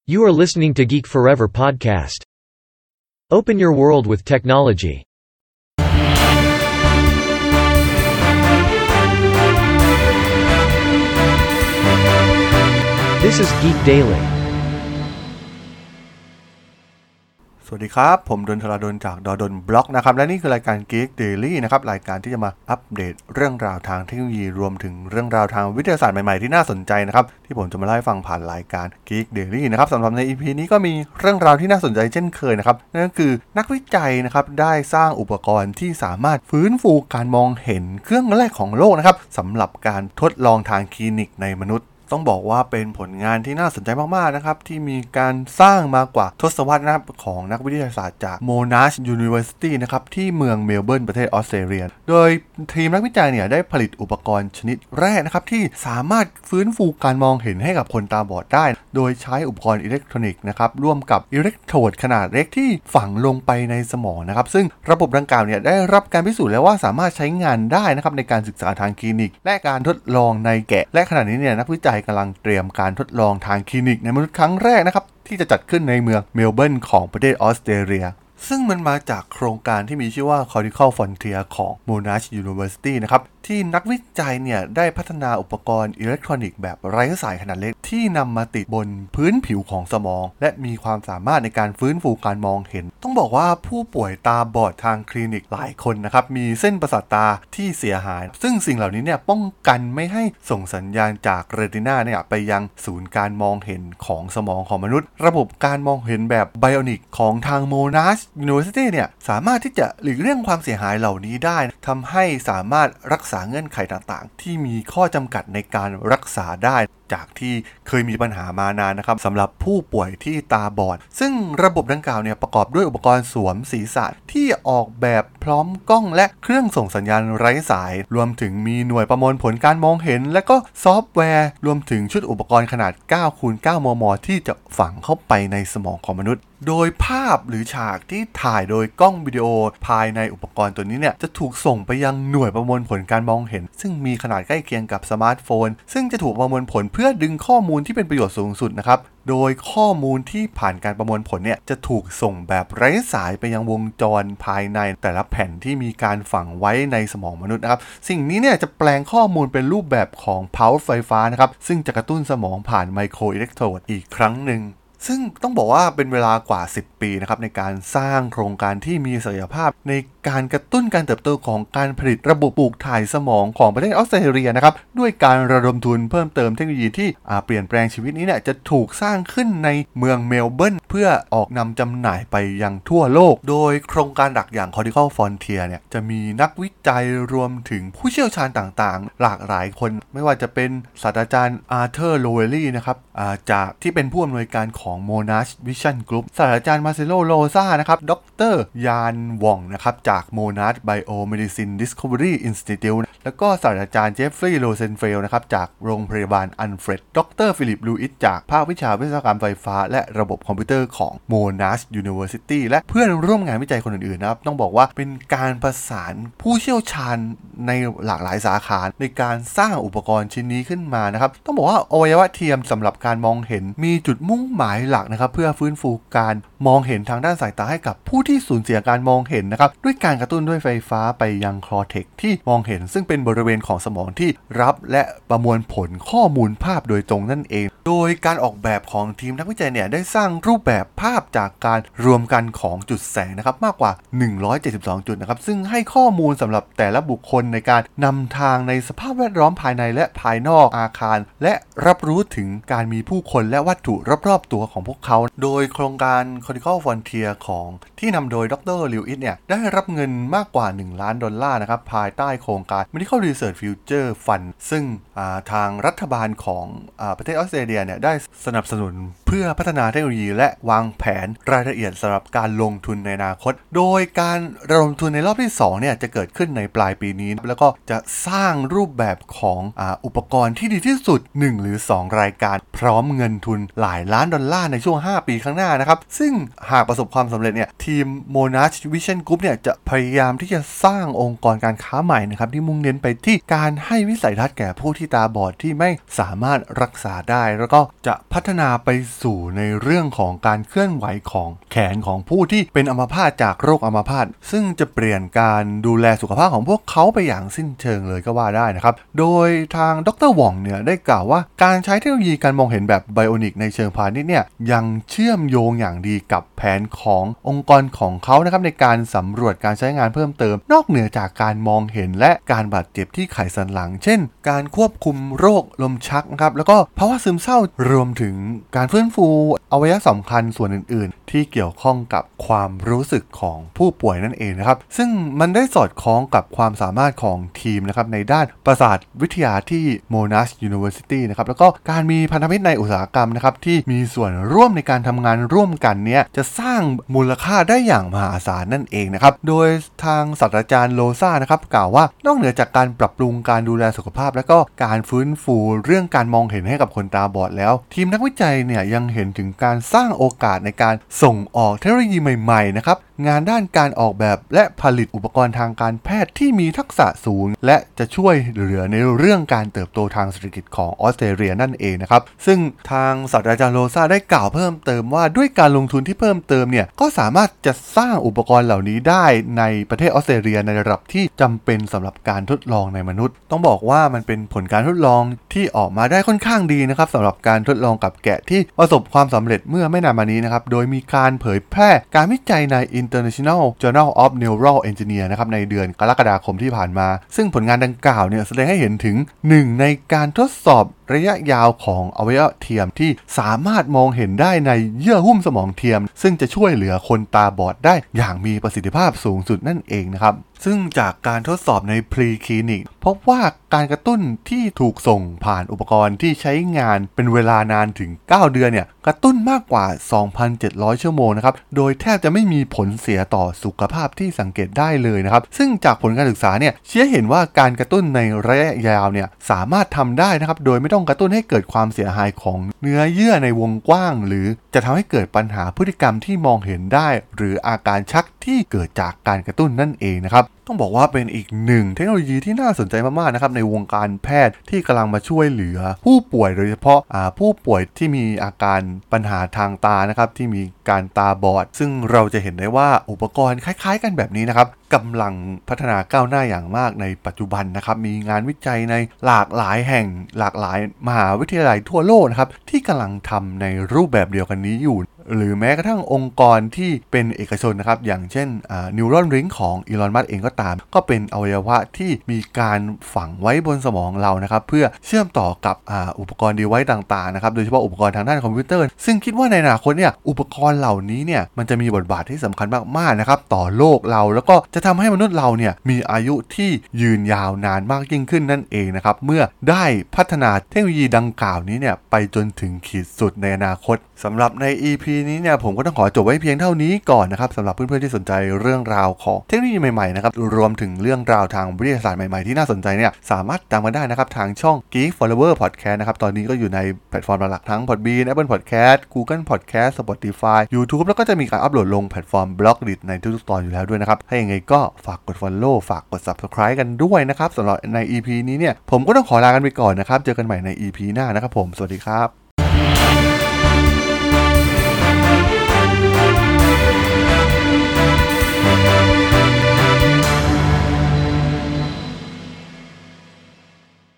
You are listening to Geek Forever podcast. Open your world with technology. This is Geek Daily. สวัสดีครับผมดนทราดลจากดนบล็อกนะครับและนี่คือรายการ Geek Daily นะครับรายการที่จะมาอัปเดตเรื่องราวทางเทคโนโลยีรวมถึงเรื่องราวทางวิทยาศาสตร์ใหม่ๆที่น่าสนใจนะครับที่ผมจะมาเล่าให้ฟังผ่านรายการ Geek Daily นะครับสำหรับใน EP นี้ก็มีเรื่องราวที่น่าสนใจเช่นเคยนะครับนั่นก็คือนักวิจัยนะครับได้สร้างอุปกรณ์ที่สามารถฟื้นฟูการมองเห็นเครื่องแรกของโลกนะครับสำหรับการทดลองทางคลินิกในมนุษย์ต้องบอกว่าเป็นผลงานที่น่าสนใจมากๆนะครับที่มีการสร้างมากว่าทศวรรษนะครับของนักวิทยาศาสตร์จาก Monash University นะครับที่เมืองเมลเบิร์นประเทศออสเตรเลียโดยทีมนักวิจัยเนี่ยได้ผลิตอุปกรณ์ชนิดแรกนะครับที่สามารถฟื้นฟูการมองเห็นให้กับคนตาบอดได้โดยใช้อุปกรณ์อิเล็กทรอนิกส์นะครับร่วมกับอิเล็กโทรดขนาดเล็กที่ฝังลงไปในสมองนะครับซึ่งระบบดังกล่าวเนี่ยได้รับการพิสูจน์แล้วว่าสามารถใช้งานได้นะครับในการศึกษาทางคลินิกและการทดลองในแกะและขณะนี้เนี่ยนักวิจัยกำลังเตรียมการทดลองทางคลินิกในมนุษย์ครั้งแรกนะครับที่จะจัดขึ้นในเมืองเมลเบิร์นของประเทศออสเตรเลียซึ่งมันมาจากโครงการที่มีชื่อว่า Cortical Frontier ของ Monash University นะครับที่นักวิจัยเนี่ยได้พัฒนาอุปกรณ์อิเล็กทรอนิกส์แบบไร้สายขนาดเล็กที่นำมาติดบนพื้นผิวของสมองและมีความสามารถในการฟื้นฟูการมองเห็นต้องบอกว่าผู้ป่วยตาบอดทางคลินิกหลายคนนะครับมีเส้นประสาทตาที่เสียหายซึ่งสิ่งเหล่านี้เนี่ยป้องกันไม่ให้ส่งสัญญาณจากเรตินาเนี่ยไปยังศูนย์การมองเห็นของสมองของมนุษย์ระบบการมองเห็นแบบไบโอนิกของทาง Monash University เนี่ยสามารถที่จะหลีกเลี่ยงความเสียหายเหล่านี้ได้ทำให้สามารถรักษาเงื่อนไขต่างๆที่มีข้อจำกัดในการรักษาได้จากที่เคยมีปัญหามานานนะครับสำหรับผู้ป่วยที่ตาบอดซึ่งระบบดังกล่าวเนี่ยประกอบด้วยอุปกรณ์สวมศีรษะที่ออกแบบพร้อมกล้องและเครื่องส่งสัญญาณไร้สายรวมถึงมีหน่วยประมวลผลการมองเห็นและก็ซอฟต์แวร์รวมถึงชุดอุปกรณ์ขนาด 9x9 มม. ที่จะฝังเข้าไปในสมองของมนุษย์โดยภาพหรือฉากที่ถ่ายโดยกล้องวิดีโอภายในอุปกรณ์ตัวนี้เนี่ยจะถูกส่งไปยังหน่วยประมวลผลการมองเห็นซึ่งมีขนาดใกล้เคียงกับสมาร์ทโฟนซึ่งจะถูกประมวลผลเพื่อดึงข้อมูลที่เป็นประโยชน์สูงสุดนะครับโดยข้อมูลที่ผ่านการประมวลผลเนี่ยจะถูกส่งแบบไร้สายไปยังวงจรภายในแต่ละแผ่นที่มีการฝังไว้ในสมองมนุษย์นะครับสิ่งนี้เนี่ยจะแปลงข้อมูลเป็นรูปแบบของเพาไฟฟ้านะครับซึ่งจะกระตุ้นสมองผ่านไมโครอิเล็กโทรดอีกครั้งหนึ่งซึ่งต้องบอกว่าเป็นเวลากว่า10ปีนะครับในการสร้างโครงการที่มีศักยภาพในการกระตุ้นการเติบโตของการผลิตระบบปลูกถ่ายสมองของประเทศออสเตรเลียนะครับด้วยการระดมทุนเพิ่มเติมเทคโนโลยีที่เปลี่ยนแปลงชีวิตนี้เนี่ยจะถูกสร้างขึ้นในเมืองเมลเบิร์นเพื่อออกนำจำหน่ายไปยังทั่วโลกโดยโครงการหลักอย่าง Cortical Frontier เนี่ยจะมีนักวิจัยรวมถึงผู้เชี่ยวชาญต่างๆหลากหลายคนไม่ว่าจะเป็นศาสตราจารย์อาร์เธอร์โลเวลลี่นะครับจากที่เป็นผู้อำนวยการของ Monash Vision Group ศาสตราจารย์มาร์เซโลโลซานะครับดรยานว่องนะครับจาก Monash Biomedicine Discovery Institute แล้วก็ศาสตราจารย์เจฟฟรีย์โรเซนเฟลนะครับจากโรงพยาบาลอันเฟรดดรฟิลิปลูอิสจากภาควิชาวิศวกรรมไฟฟ้าและระบบคอมพิวเตอร์ของ Monash University และเพื่อนร่วมงานวิจัยคนอื่นๆนะครับต้องบอกว่าเป็นการประสานผู้เชี่ยวชาญในหลากหลายสาขาในการสร้างอุปกรณ์ชิ้นนี้ขึ้นมานะครับต้องบอกว่าอวัยวะเทียมสำหรับการมองเห็นมีจุดมุ่งหมายหลักนะครับเพื่อฟื้นฟูการมองเห็นทางด้านสายตาให้กับผู้ที่สูญเสียการมองเห็นนะครับด้วยการกระตุ้นด้วยไฟฟ้าไปยังคอร์เทกซ์ที่มองเห็นซึ่งเป็นบริเวณของสมองที่รับและประมวลผลข้อมูลภาพโดยตรงนั่นเองโดยการออกแบบของทีมนักวิจัยเนี่ยได้สร้างรูปแบบภาพจากการรวมกันของจุดแสงนะครับมากกว่า172จุดนะครับซึ่งให้ข้อมูลสำหรับแต่ละบุคคลในการนำทางในสภาพแวดล้อมภายในและภายนอกอาคารและรับรู้ถึงการมีผู้คนและวัตถุรอบๆตัวของพวกเขาโดยโครงการ Cortical Frontier ของที่นำโดยดรลิวอิสเนี่ยได้รับเงินมากกว่า$1 ล้านนะครับภายใต้โครงการ Medical Research Future Fund ซึ่งทางรัฐบาลของประเทศออสเตรเลียเนี่ยได้สนับสนุนเพื่อพัฒนาเทคโนโลยีและวางแผนรายละเอียดสำหรับการลงทุนในอนาคตโดยการระดมทุนในรอบที่2เนี่ยจะเกิดขึ้นในปลายปีนี้แล้วก็จะสร้างรูปแบบของอุปกรณ์ที่ดีที่สุด1หรือ2รายการพร้อมเงินทุนหลายล้านดอลลาร์ในช่วง5ปีข้างหน้านะครับซึ่งหากประสบความสำเร็จเนี่ยทีม Monash Vision Group เนี่ยจะพยายามที่จะสร้างองค์กรการค้าใหม่นะครับที่มุ่งเน้นไปที่การให้วิสัยทัศน์แก่ผู้ที่ตาบอดที่ไม่สามารถรักษาได้แล้วก็จะพัฒนาไปสู่ในเรื่องของการเคลื่อนไหวของแขนของผู้ที่เป็นอัมพาตจากโรคอัมพาตซึ่งจะเปลี่ยนการดูแลสุขภาพของพวกเขาไปอย่างสิ้นเชิงเลยก็ว่าได้นะครับโดยทางดร.หว่องเนี่ยได้กล่าวว่าการใช้เทคโนโลยีการมองเห็นแบบไบโอนิกในเชิงพาณิชย์เนี่ยยังเชื่อมโยงอย่างดีกับแผนขององค์กรของเขานะครับในการสำรวจการใช้งานเพิ่มเติมนอกเหนือจากการมองเห็นและการบาดเจ็บที่ไขสันหลังเช่นการควบคุมโรคลมชักนะครับแล้วก็ภาวะซึมเศร้ารวมถึงการฟื้นฟูอวัยวะสำคัญส่วนอื่นๆที่เกี่ยวข้องกับความรู้สึกของผู้ป่วยนั่นเองนะครับซึ่งมันได้สอดคล้องกับความสามารถของทีมนะครับในด้านประสาทวิทยาที่ Monash University นะครับแล้วก็การมีพันธมิตรในอุตสาหกรรมนะครับที่มีส่วนร่วมในการทำงานร่วมกันเนี้ยจะสร้างมูลค่าได้อย่างมหาศาลนั่นเองนะครับโดยทางศาสตราจารย์โลซ่านะครับกล่าวว่านอกเหนือจากการปรับปรุงการดูแลสุขภาพและก็การฟื้นฟูเรื่องการมองเห็นให้กับคนตาบอดแล้วทีมนักวิจัยเนี่ยยังเห็นถึงการสร้างโอกาสในการส่งออกเทคโนโลยีใหม่ๆนะครับงานด้านการออกแบบและผลิตอุปกรณ์ทางการแพทย์ที่มีทักษะสูงและจะช่วยเหลือในเรื่องการเติบโตทางเศรษฐกิจของออสเตรเลียนั่นเองนะครับซึ่งทางศาสตราจารย์โลซ่าได้กล่าวเพิ่มเติมว่าด้วยการลงทุนที่เพิ่มเติมเนี่ยก็สามารถจะสร้างอุปกรณ์เหล่านี้ได้ในประเทศออสเตรเลียในระดับที่จำเป็นสำหรับการทดลองในมนุษย์ต้องบอกว่ามันเป็นผลการทดลองที่ออกมาได้ค่อนข้างดีนะครับสำหรับการทดลองกับแกะที่ประสบความสำเร็จเมื่อไม่นานมานี้นะครับโดยมีการเผยแพร่การวิจัยใน International Journal of Neural Engineer นะครับในเดือนกรกฎาคมที่ผ่านมาซึ่งผลงานดังกล่าวเนี่ยแสดงให้เห็นถึงหนึ่งในการทดสอบระยะยาวของอวัยวะเทียมที่สามารถมองเห็นได้ในเยื่อหุ้มสมองเทียมซึ่งจะช่วยเหลือคนตาบอดได้อย่างมีประสิทธิภาพสูงสุดนั่นเองนะครับซึ่งจากการทดสอบในพรีคลินิกพบว่าการกระตุ้นที่ถูกส่งผ่านอุปกรณ์ที่ใช้งานเป็นเวลานานถึง9เดือนเนี่ยกระตุ้นมากกว่า 2,700 ชั่วโมงนะครับโดยแทบจะไม่มีผลเสียต่อสุขภาพที่สังเกตได้เลยนะครับซึ่งจากผลการศึกษาเนี่ยชี้เห็นว่าการกระตุ้นในระยะยาวเนี่ยสามารถทำได้นะครับโดยไม่ต้องกระตุ้นให้เกิดความเสียหายของเนื้อเยื่อในวงกว้างหรือจะทำให้เกิดปัญหาพฤติกรรมที่มองเห็นได้หรืออาการชักที่เกิดจากการกระตุ้นนั่นเองนะครับต้องบอกว่าเป็นอีกหนึ่งเทคโนโลยีที่น่าสนใจมากๆนะครับในวงการแพทย์ที่กำลังมาช่วยเหลือผู้ป่วยโดยเฉพาะผู้ป่วยที่มีอาการปัญหาทางตานะครับที่มีการตาบอดซึ่งเราจะเห็นได้ว่าอุปกรณ์คล้ายๆกันแบบนี้นะครับกำลังพัฒนาก้าวหน้าอย่างมากในปัจจุบันนะครับมีงานวิจัยในหลากหลายแห่งหลากหลายมหาวิทยาลัยทั่วโลกนะครับที่กำลังทำในรูปแบบเดียวกันนี้อยู่หรือแม้กระทั่งองค์กรที่เป็นเอกชนนะครับอย่างเช่นNeuralink ของอีลอน มัสก์เองก็ตามก็เป็นอวัยวะที่มีการฝังไว้บนสมองเรานะครับเพื่อเชื่อมต่อกับอุปกรณ์ดีไวซ์ต่างๆนะครับโดยเฉพาะอุปกรณ์ทางด้านคอมพิวเตอร์ซึ่งคิดว่าในอนาคตเนี่ยอุปกรณ์เหล่านี้เนี่ยมันจะมีบทบาทที่สำคัญมากๆนะครับต่อโลกเราแล้วก็จะทำให้มนุษย์เราเนี่ยมีอายุที่ยืนยาวนานมากยิ่งขึ้นนั่นเองนะครับเมื่อได้พัฒนาเทคโนโลยีดังกล่าวนี้เนี่ยไปจนถึงขีดสุดในอนาคตสำหรับใน EP นี้เนี่ยผมก็ต้องขอจบไว้เพียงเท่านี้ก่อนนะครับสำหรับเพื่อนๆที่สนใจเรื่องราวของเทคโนโลยีใหม่ๆนะครับรวมถึงเรื่องราวทางวิทยาศาสตร์ใหม่ๆที่น่าสนใจเนี่ยสามารถตามกันได้นะครับทางช่อง Geek Flower Podcast นะครับตอนนี้ก็อยู่ในแพลตฟอร์มหลักๆทั้ง Podbean Apple Podcast Google Podcast Spotify YouTube แล้วก็จะมีการอัปโหลดลงแพลตฟอร์ม Blogdit ในทุกๆตอนอยู่แล้วด้วยนะครับถ้าอย่างไรก็ฝากกด Follow ฝากกด Subscribe กันด้วยนะครับสำหรับใน EP นี้เนี่ยผมก็ต้องขอลากันไปก่อนนะครับเจอกันใหม่ใน EP หน้านะครับผมสวัสดีครับ